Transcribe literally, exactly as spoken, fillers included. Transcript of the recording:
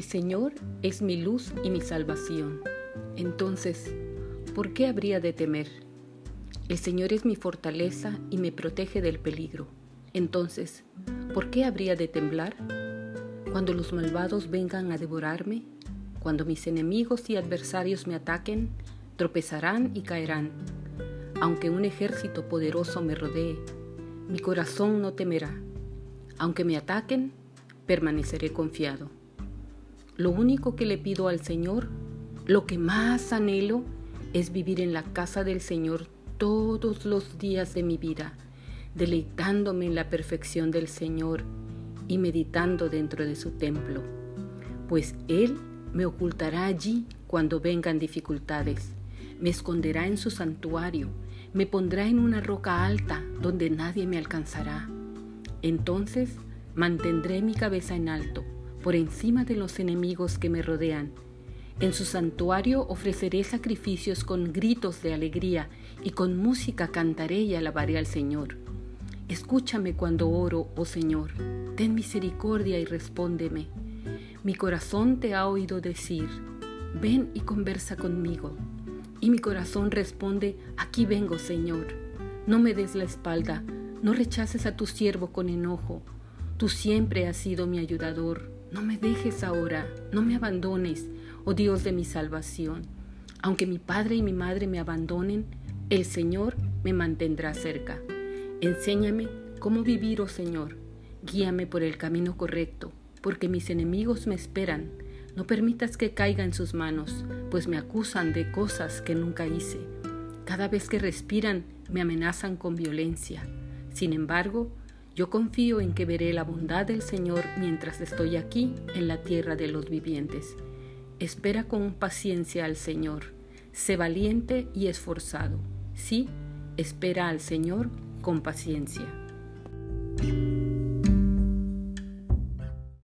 Señor es mi luz y mi salvación. Entonces, ¿por qué habría de temer? El Señor es mi fortaleza y me protege del peligro. Entonces, ¿por qué habría de temblar? Cuando los malvados vengan a devorarme, cuando mis enemigos y adversarios me ataquen, tropezarán y caerán. Aunque un ejército poderoso me rodee, mi corazón no temerá. Aunque me ataquen, permaneceré confiado. Lo único que le pido al Señor, lo que más anhelo, es vivir en la casa del Señor todos los días de mi vida, deleitándome en la perfección del Señor y meditando dentro de su templo, pues Él me ocultará allí cuando vengan dificultades, me esconderá en su santuario, me pondrá en una roca alta donde nadie me alcanzará. Entonces mantendré mi cabeza en alto, por encima de los enemigos que me rodean. En su santuario ofreceré sacrificios con gritos de alegría y con música cantaré y alabaré al Señor. Escúchame cuando oro, oh Señor, ten misericordia y respóndeme. Mi corazón te ha oído decir, ven y conversa conmigo. Y mi corazón responde, aquí vengo, Señor. No me des la espalda, no rechaces a tu siervo con enojo. Tú siempre has sido mi ayudador. No me dejes ahora, no me abandones, oh Dios de mi salvación. Aunque mi padre y mi madre me abandonen, el Señor me mantendrá cerca. Enséñame cómo vivir, oh Señor. Guíame por el camino correcto, porque mis enemigos me esperan. No permitas que caiga en sus manos, pues me acusan de cosas que nunca hice. Cada vez que respiran, me amenazan con violencia. Sin embargo, yo confío en que veré la bondad del Señor mientras estoy aquí en la tierra de los vivientes. Espera con paciencia al Señor. Sé valiente y esforzado. Sí, espera al Señor con paciencia.